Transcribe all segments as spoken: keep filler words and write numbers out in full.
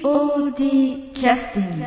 オーディー キャスティング。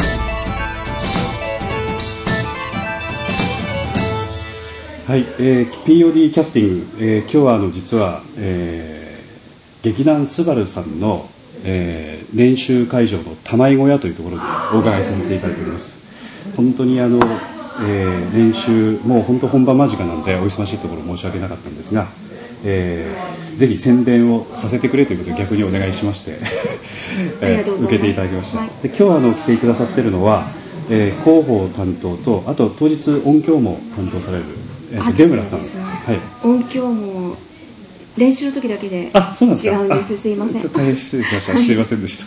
はい、えー、ピーオーディー キャスティング、えー、今日はあの実は、えー、劇団スバルさんの、えー、練習会場の玉井小屋というところでお伺いさせていただいております。本当にあの、えー、練習もう本当本番間近なんでお忙しいところ申し訳なかったんですが、えー、ぜひ宣伝をさせてくれということで逆にお願いしまして、えー、受けていただきました。はい、で今日はあの来てくださっているのは、えー、広報担当とあと当日音響も担当されるえー、出村さん、ね、 はい、音響も練習の時だけで違うんです。すいません。 大変失礼しました。すいませんでした。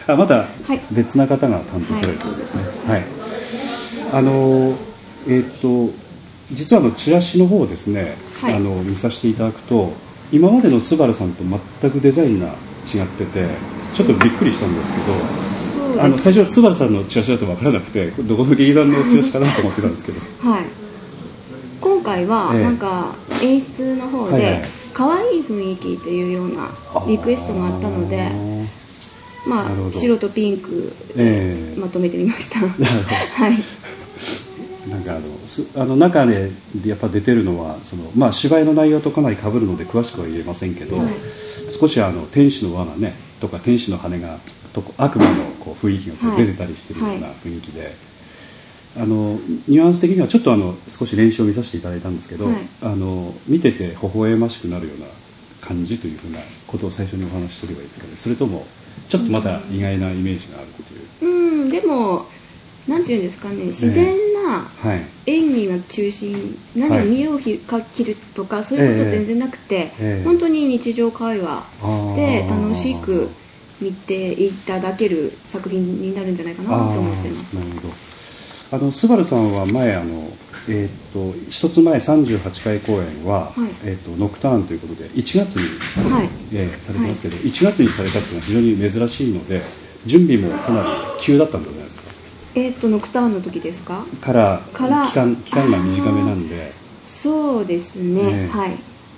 あまた別な方が担当されるということですね。はい。はい、あのえっ、ー、と実はあのチラシの方をですね、はい、あの見させていただくと今までのスバルさんと全くデザインが違っててちょっとびっくりしたんですけど、あの最初はスバルさんのチラシだと分からなくてどこの劇団のチラシかなと思ってたんですけど。 はい。今回はなんか演出の方で可愛い雰囲気というようなリクエストがあったので、まあ白とピンクでまとめてみました。はい。 なんかあのあの中でやっぱ出てるのはそのまあ芝居の内容とかなり被るので詳しくは言えませんけど、はい、少しあの天使の罠ねとか天使の羽がと悪魔のこう雰囲気がこう出てたりしてるような雰囲気で。はいはい、あのニュアンス的にはちょっとあの少し練習を見させていただいたんですけど、はい、あの見てて微笑ましくなるような感じというふうなことを最初にお話ししておけばいいですかね。それともちょっとまた意外なイメージがあるという、 うん、でもなんていうんですかね、自然な演技が中心、えー、何を見栄を切るとかそういうことは全然なくて、えーえー、本当に日常会話で楽しく見ていただける作品になるんじゃないかなと思ってます。 なるほど。あのスバルさんは前あの、えー、と一つ前さんじゅうはちかい公演は、はい、えー、とノクターンということでいちがつに、はい、えー、されてますけど、はい、いちがつにされたっていうのは非常に珍しいので準備もかなり急だったんじゃないですか。 えー、とノクターンの時ですかからから期間、期間が短めなんで。 そうですね、ね、はい。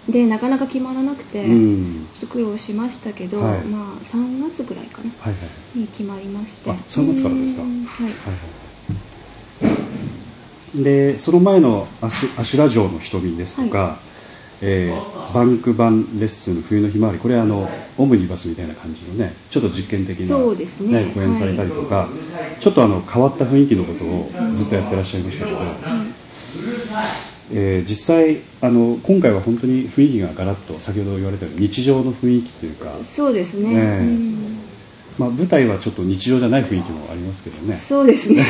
でなかなか決まらなくて、うん、ちょっと苦労しましたけど、はい、まあさんがつぐらいかな、はいはい、に決まりまして。 あ、さんがつからですか。はい、はいはい、 でその前のアシュ、アシュラ城の瞳ですとか、はい、えー、バンク版レッスン冬のひまわり、これはあのオムニバスみたいな感じのねちょっと実験的な、 そうですね、 ね、公演されたりとか、はい、ちょっとあの変わった雰囲気のことをずっとやってらっしゃいましたけど、はい、えー、実際あの今回は本当に雰囲気がガラッと先ほど言われたように日常の雰囲気というか。 そうですね、ね、うん、 まあ、舞台はちょっと日常じゃない雰囲気もありますけどね。 そうですね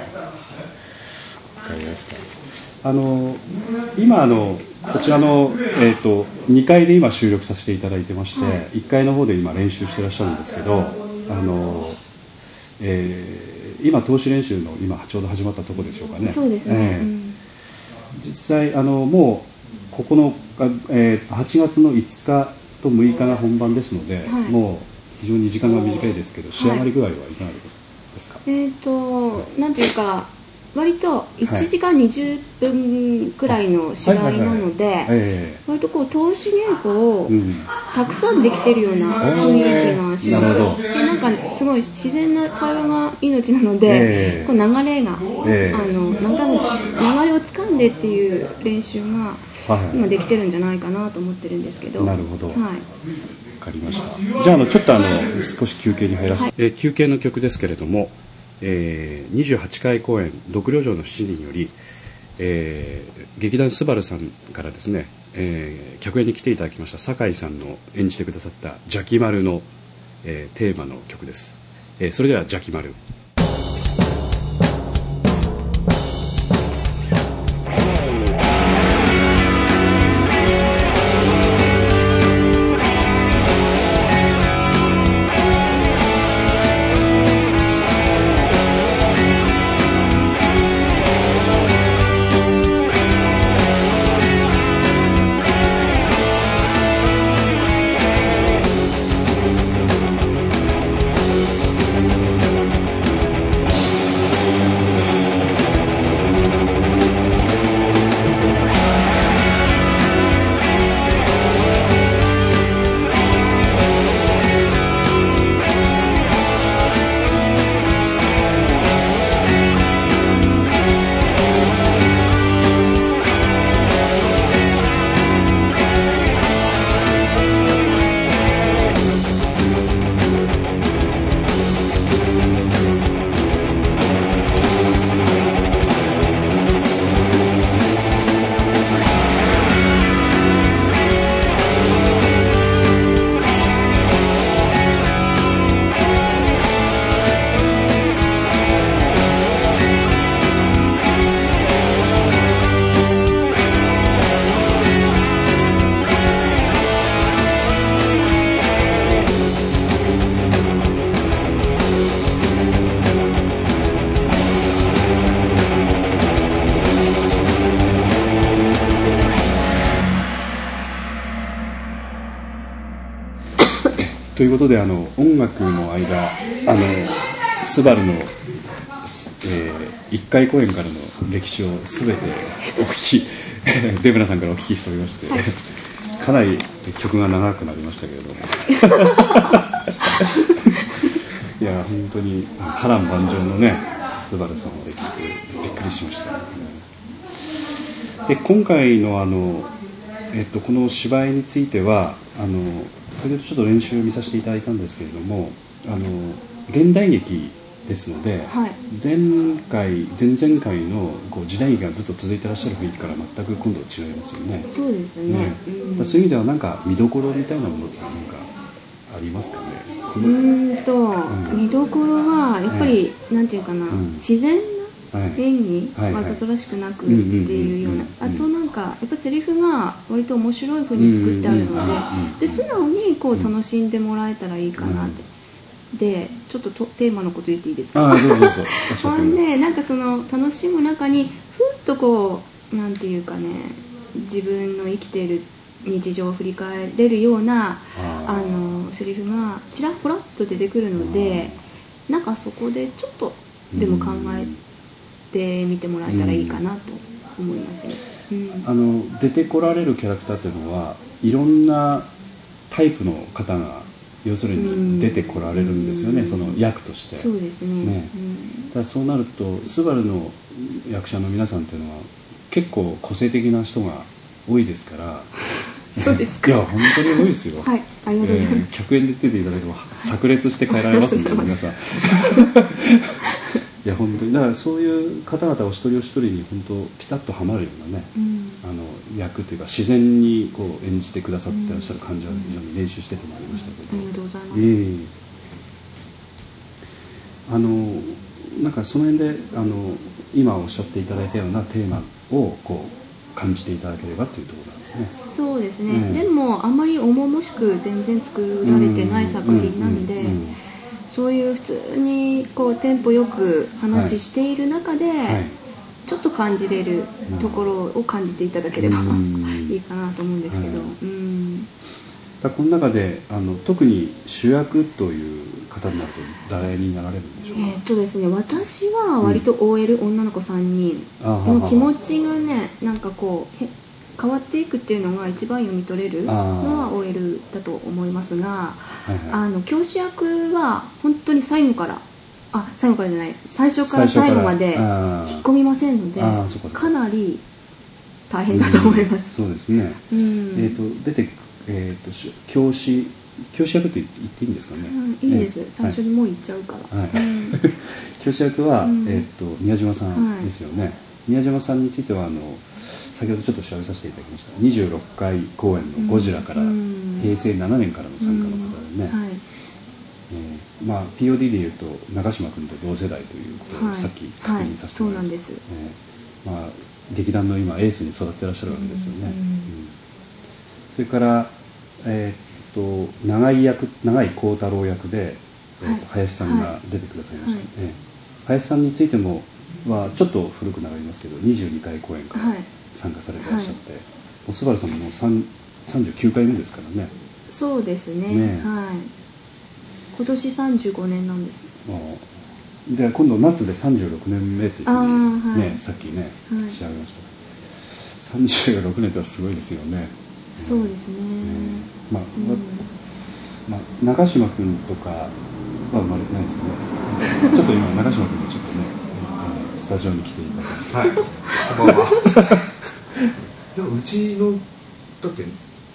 わかりました。あの今あのこちらの、えー、とにかいで今収録させていただいてまして、はい、いっかいの方で今練習してらっしゃるんですけど、あの、えー、今投資練習の今ちょうど始まったところでしょうかね。 そうですね、えーうん、 実際あのもうここの、えー、はちがつのいつかとむいかが本番ですので、はい、もう非常に時間が短いですけど仕上がり具合はいかがですか。 はい、えっ、ー、となんていうか割といちじかんにじゅっぷんくらいの芝居なので割とこう投資稽古をたくさんできてるような雰囲気がします。でなんかすごい自然な会話が命なので、えー、こう流れが、えー、あのなんか流れをつかんでっていう練習が今できてるんじゃないかなと思ってるんですけど。 なるほど、はい、わかりました。じゃあ、あのちょっとあの少し休憩に入らせて、はい、えー、休憩の曲ですけれども、えー、にじゅうはちかい公演独領城のしちにんより、えー、劇団スバルさんからですね、えー、客演に来ていただきました酒井さんの演じてくださった邪気丸の、えー、テーマの曲です、えー、それでは邪気丸。 ということで、あの音楽の間、あのスバルの、えー、いっかい公演からの歴史をすべてお聞きデブナさんからお聞きしておりまして、はい、かなり曲が長くなりましたけれどもいや本当に波乱万丈のねスバルさんの歴史でびっくりしました、ね、で今回のあの、えっと、この芝居についてはあの先ほどちょっと練習を見させていただいたんですけれども、あの現代劇ですので、はい、前回前々回のこう時代劇がずっと続いてらっしゃる雰囲気から全く今度は違いますよね。 そうですね、ね、 うん、そういう意味ではなんか見どころみたいなものって何かありますかね。 うーんと、うん、見どころはやっぱり、はい、なんていうかな、うん、自然な演技、はい、わざとらしくなくっていうような、あとなんかやっぱセリフが割と面白い風に作ってあるので、で素直にこう楽しんでもらえたらいいかなって、うん、でちょっととテーマのこと言っていいですか。 あ、どうぞどうぞほんでなんかその楽しむ中にふっとこうなんていうかね、自分の生きている日常を振り返れるようなあのセリフがちらほらっと出てくるので、なんかそこでちょっとでも考えてみてもらえたらいいかなと思いますね、うん、 あの出てこられるキャラクターというのはいろんなタイプの方が要するに出てこられるんですよね、うん、その役として。 そうですね、 ね、うん、だからそうなるとスバルの役者の皆さんというのは結構個性的な人が多いですからそうですか。 いや本当に多いですよ。 はい、ありがとうございます。 えー、客演で出ていただいても炸裂して帰られますので皆さん。いや本当にだからそういう方々お一人お一人に本当ピタッとはまるようなね、うん、あの役というか自然にこう演じてくださってらっしゃる感じは非常に練習しててもありましたけど、 うん、ありがとうございます。 えー、あのなんかその辺であの今おっしゃっていただいたようなテーマをこう感じていただければというところなんですね。 そうですね、ね、でもあんまり重々しく全然作られてない作品なんで、そういう普通にこうテンポよく話している中で、はいはい、ちょっと感じれるところを感じていただければ、うん、いいかなと思うんですけど、はい、うん、 だこの中であの特に主役という方になると誰になられるんでしょうか。 えーっとですね、私は割と オーエル、うん、女の子さんにんの気持ちがね、なんかこうへ変わっていくっていうのが一番読み取れるのは オーエル だと思いますが、はいはい、あの教師役は本当に最後からあ最後からじゃない最初から最後まで引っ込みませんので、かなり大変だと思います、 うん、そうですね、うん、えー、と出て、えー、と教師教師役って言っていいんですかね、 うん、いいです、えー、最初にもう言っちゃうから、はいはい、うん、 教師役は、うん、えー、と宮島さんですよね、はい、宮島さんについてはあの先ほどちょっと調べさせていただきましたにじゅうろっかい公演のゴジラから、うん、平成ななねんからの参加の方でね、うん、はい、えーまあ、ピーオーディー でいうと長嶋君と同世代ということをさっき確認させてもらいました、えーまあ、劇団の今エースに育ってらっしゃるわけですよね、うんうん、それから、えー、っと長井役長井幸太郎役で、えー、と林さんが出てくださいました、はいはい、えー、林さんについてもはちょっと古くなりますけどにじゅうにかい公演から参加されてらっしゃって、はい、おすばるさんももうさんじゅうきゅうかいめですからね。 そうです ね, ね、はい、今年さんじゅうごねんなんです。 で今度夏でさんじゅうろくねんめというふうに、ね、はい、さっきね、はい、仕上げました。さんじゅうろくねんってすごいですよね。 そうですね、 えーまあうんまあ、長嶋君とかは生まれてないですねちょっと今長嶋君がちょっとねスタジオに来ていただいて、はい、こんばんは。 いやうちのだって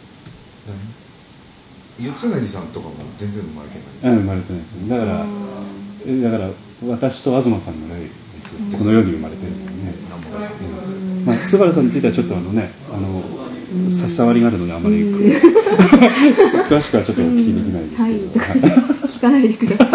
四つ柳さんとかも全然生まれてない。 生まれてないですね。だからだから私と東さんぐらいですよ、この世に生まれてるんでね。うん、まあスバルさんについてはちょっとあのね、あの差し障りがあるのであまり詳しくはちょっとお聞きできないですけど、 はい、聞かないでくださ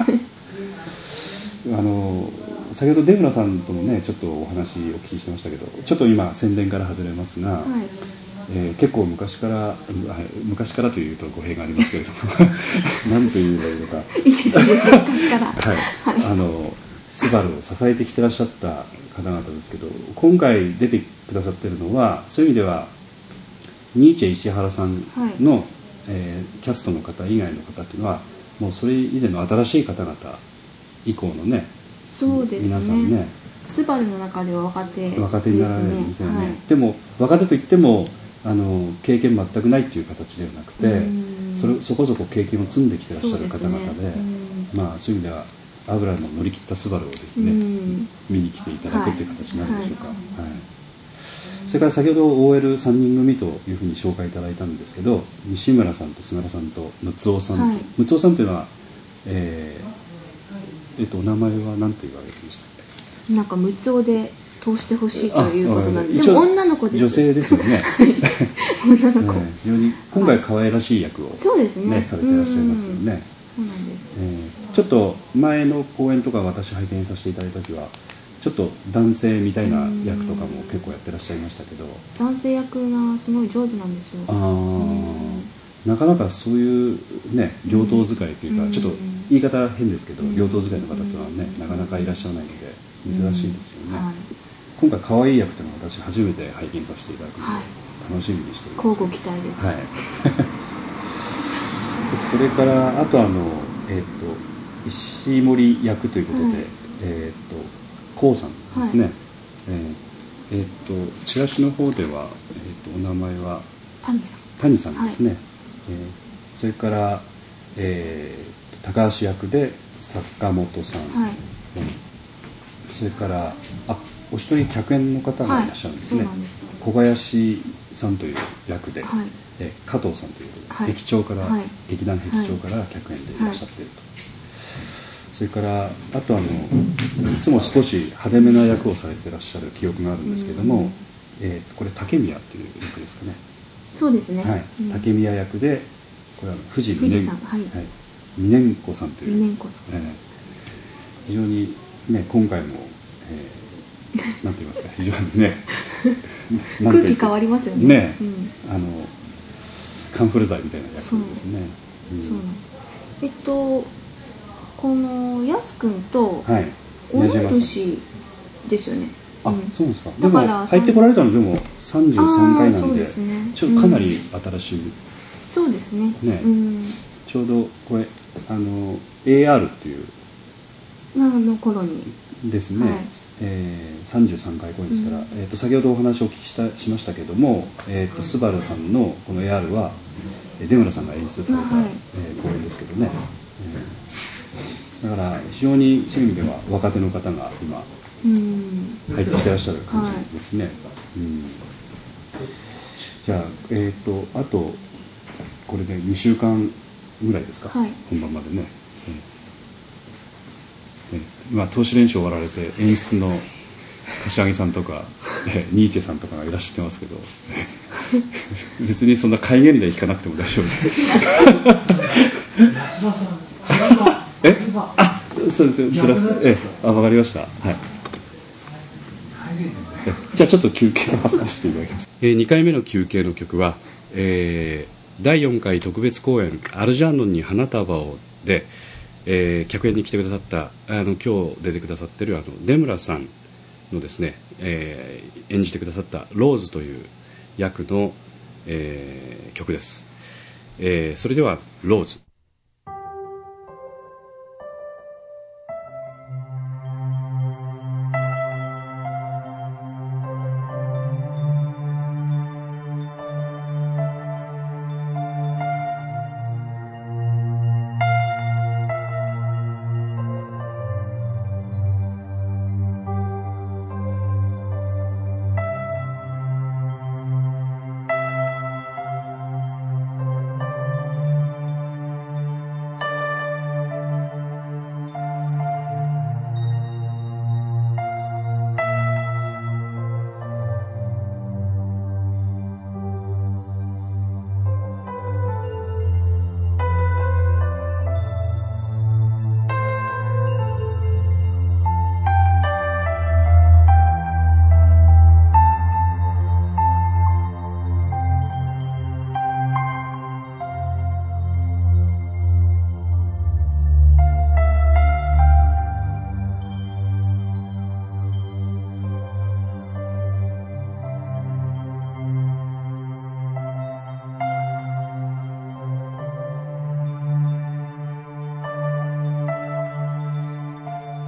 い。あの先ほど出村さんともねちょっとお話お聞きしてましたけど、ちょっと今宣伝から外れますが、はい、えー、結構昔から、昔からというと語弊がありますけれども何と言えばいいのかいいですね、昔から、 はい、はい、あのスバルを支えてきてらっしゃった方々ですけど、今回出てくださっているのはそういう意味ではニーチェ石原さんのえー、キャストの方以外の方っていうのはもうそれ以前の新しい方々以降のね、 そうですね、 皆さんね、 スバルの中では若手ですね。 若手になられるんですよね、 はい、 でも若手といってもあの経験全くないっていう形ではなくて、それそこそこ経験を積んできてらっしゃる方々 で, で、ね、まあ、そういう意味では油の乗り切ったスバルをぜひね、見に来ていただくという形になるでしょうか、はいはい、それから先ほど オーエルさん 人組というふうに紹介いただいたんですけど、西村さんと菅原さんと六尾さんと、はい、六尾さんというのは、えーえっと、お名前は何て言われてましたっけ？ なんか六尾で通してほしいということなんで、でも女の子です。 女性ですよね女の子、えー、非常に今回可愛らしい役を、ね、 そうですね、 されていらっしゃいますよね。 そうなんです、 えー、ちょっと前の公演とか私拝見させていただいた時はちょっと男性みたいな役とかも結構やってらっしゃいましたけど、 男性役がすごい上手なんですよ。 あ、なかなかそういうね両刀使いというか、ちょっと言い方変ですけど、両刀使いの方というのはねなかなかいらっしゃらないので珍しいですよね、はい、今回可愛い役というのは私初めて拝見させていただくので、はい、楽しみにしています。 交互期待です、 はいそれからあとあの、えー、と石森役ということで、はい、えー、とコウさんですね、はい、えー、えー、とチラシの方では、えー、とお名前は谷さん谷さんですね、はい、えー、それから、えー、高橋役で坂本さん、はい、それからあお一人客演の方がいらっしゃるんですね、はい、小林さんという役で、はい、え加藤さんということで、はい、劇長から、はい、劇団劇長から客演でいらっしゃっていると、はい、それからあとあのいつも少し派手めな役をされていらっしゃる記憶があるんですけども、えー、これ竹宮という役ですかね。 そうですね、 はい、うん、竹宮役でこれは藤美音、はいはい、美音子さんという、 美音子さん、 えー、非常にね今回も、えー、なんて言いますか非常にね空気変わりますよね。 ね、うん、あのカンフル剤みたいな役ですね。 そう、うん、そうえっとこのやすくんと同い年ですよね。 あ、うん、そうですか。でも入ってこられたのでもさんじゅうさんかいなんで、 ですね、 ちょっとかなり新しい、うん、 そうですね。 ね、うん、ちょうどこれあの エーアール っていうあの頃にですね、はい、えー、さんじゅうさんかい公演ですから、うん、えー、と先ほどお話をお聞きしたしましたけども、えー、とスバルさんのこの エーアール は出村さんが演出された、はい、えー、公演ですけどね、えー、だから非常にそういう意味では若手の方が今入ってきてらっしゃる感じですね、はい、うん、じゃあ、えー、とあとこれでにしゅうかんぐらいですか、はい、本番までね、えー今投資練習終わられて演出の柏木さんとか、えー、ニーチェさんとかがいらっしゃってますけど別にそんな戒厳令引かなくても大丈夫ですえあそうですよずらしえあ分かりました、はい、じゃあちょっと休憩を挟ませていただきます、えー、にかいめの休憩の曲は、えー、だいよんかい特別公演アルジャーノンに花束をでえー、客演に来てくださったあの今日出てくださっているあの出村さんのですね、えー、演じてくださったローズという役の、えー、曲です、えー、それではローズ。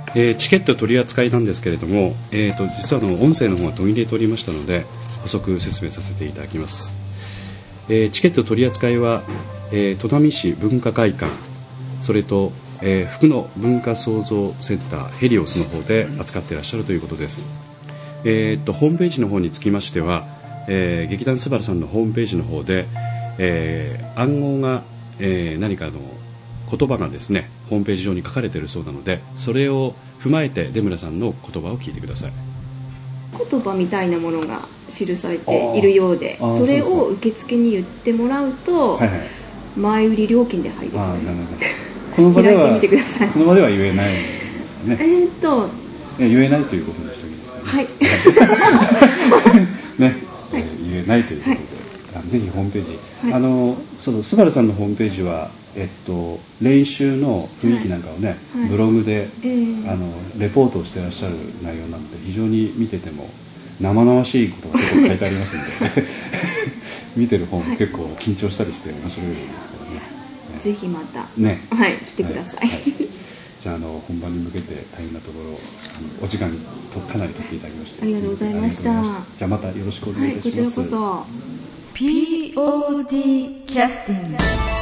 えー、チケット取り扱いなんですけれども、えー、と実はあの音声の方が途切れておりましたので補足説明させていただきます。えー、チケット取り扱いは、えー、砺波市文化会館、それと、えー、福野文化創造センターヘリオスの方で扱っていらっしゃるということです。えー、とホームページの方につきましては、えー、劇団スバルさんのホームページの方で、えー、暗号が、えー、何かの言葉がですねホームページ上に書かれているそうなので、それを踏まえて出村さんの言葉を聞いてください。 言葉みたいなものが記されているようで、それを受付に言ってもらうと、はいはい、前売り料金で入れる。あ、なるほど。 この場では開いてみてください。 この場では言えないですかね。 えーっと言えないということにしておきますかね。はいね、はい、言えないということで、はい、ぜひホームページ、はい、あのそのスバルさんのホームページは、えっと、練習の雰囲気なんかをね、はいはい、ブログで、えー、あのレポートをしてらっしゃる内容なんで、非常に見てても生々しいことが結構書いてありますんで見てる方も結構緊張したりして面白いですからね。ね、 ぜひまた、 ね、 はい、来てください。はいはい、 じゃあ、あの本番に向けて大変なところあのお時間とかなり取っていただきまして、 ありがとうございました。 じゃあまたよろしくお願いいたします。 はい、こちらこそ。 ピーオーディー キャスティング